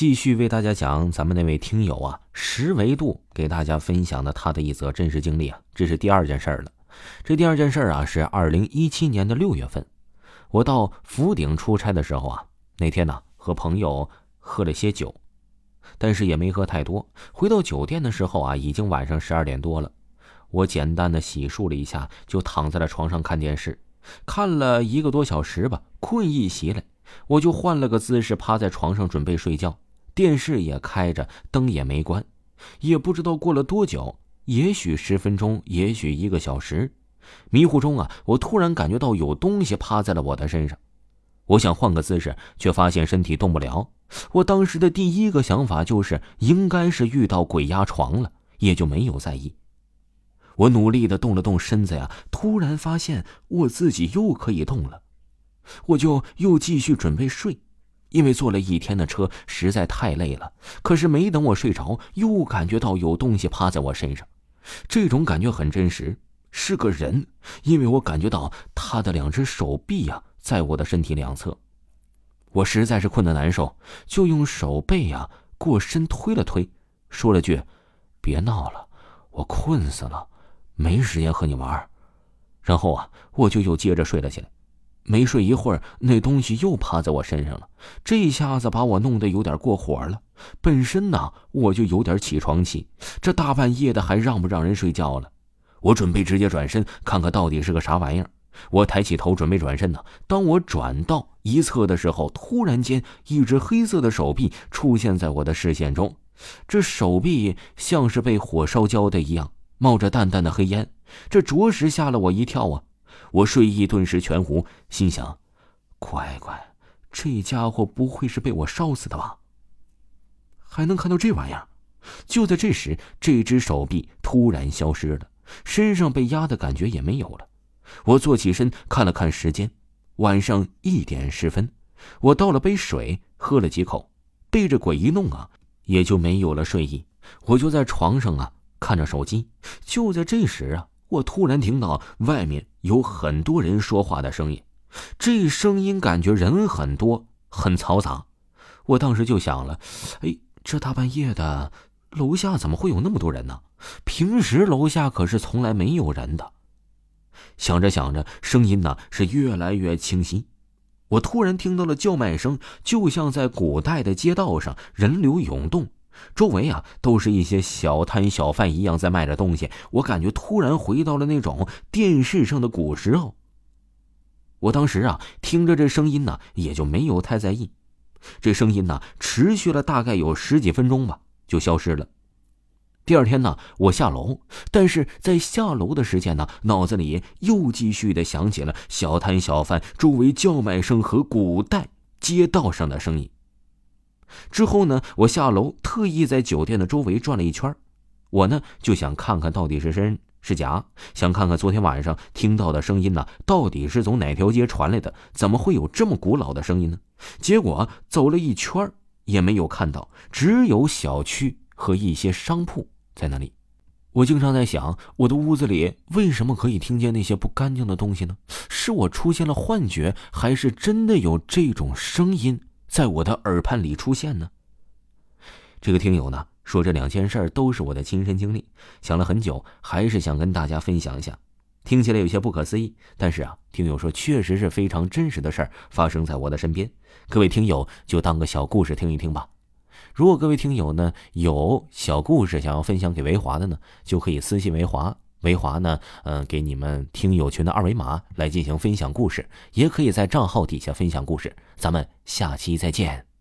继续为大家讲咱们那位听友啊，十维度给大家分享的他的一则真实经历啊，这是第二件事了。这第二件事啊，是2017年的6月份，我到福鼎出差的时候啊，那天呢和朋友喝了些酒，但是也没喝太多。回到酒店的时候啊，已经晚上12点多了。我简单的洗漱了一下，就躺在了床上看电视，看了1个多小时吧，困意袭来，我就换了个姿势趴在床上准备睡觉，电视也开着，灯也没关。也不知道过了多久，也许10分钟，也许1个小时，迷糊中啊，我突然感觉到有东西趴在了我的身上。我想换个姿势，却发现身体动不了。我当时的第一个想法就是应该是遇到鬼压床了，也就没有在意。我努力地动了动身子呀，突然发现我自己又可以动了。我就又继续准备睡，因为坐了1天的车实在太累了。可是没等我睡着，又感觉到有东西趴在我身上。这种感觉很真实，是个人，因为我感觉到他的2只手臂啊，在我的身体两侧。我实在是困得难受，就用手背啊过身推了推，说了句：“别闹了，我困死了，没时间和你玩。”然后啊，我就又接着睡了起来。没睡一会儿，那东西又趴在我身上了，这下子把我弄得有点过火了。本身呢，我就有点起床气，这大半夜的还让不让人睡觉了？我准备直接转身看看到底是个啥玩意儿。我抬起头准备转身呢，当我转到一侧的时候，突然间一只黑色的手臂出现在我的视线中。这手臂像是被火烧焦的一样，冒着淡淡的黑烟，这着实吓了我一跳啊！我睡意顿时全无，心想：乖乖，这家伙不会是被我烧死的吧？还能看到这玩意儿？就在这时，这只手臂突然消失了，身上被压的感觉也没有了。我坐起身看了看时间，晚上1点10分。我倒了杯水，喝了几口，被这鬼一弄啊，也就没有了睡意。我就在床上啊看着手机。就在这时啊，我突然听到外面有很多人说话的声音，这声音感觉人很多，很嘈杂。我当时就想了，这大半夜的，楼下怎么会有那么多人呢？平时楼下可是从来没有人的。想着想着，声音呢是越来越清晰。我突然听到了叫卖声，就像在古代的街道上人流涌动，周围啊都是一些小摊小贩一样在卖着东西。我感觉突然回到了那种电视上的古时候。我当时啊听着这声音呢，也就没有太在意。这声音呢持续了大概有10几分钟吧，就消失了。第二天呢，我下楼，但是在下楼的时间呢，脑子里又继续的响起了小摊小贩周围叫卖声和古代街道上的声音。之后呢，我下楼特意在酒店的周围转了一圈，我呢就想看看到底是真是假，想看看昨天晚上听到的声音呢，到底是从哪条街传来的，怎么会有这么古老的声音呢？结果走了一圈也没有看到，只有小区和一些商铺在那里。我经常在想，我的屋子里为什么可以听见那些不干净的东西呢？是我出现了幻觉，还是真的有这种声音在我的耳畔里出现呢？这个听友呢说这2件事都是我的亲身经历，想了很久，还是想跟大家分享一下。听起来有些不可思议，但是啊，听友说确实是非常真实的事儿发生在我的身边。各位听友就当个小故事听一听吧。如果各位听友呢有小故事想要分享给维华的呢，就可以私信维华，维华呢给你们听友群的2维码来进行分享故事，也可以在账号底下分享故事。咱们下期再见。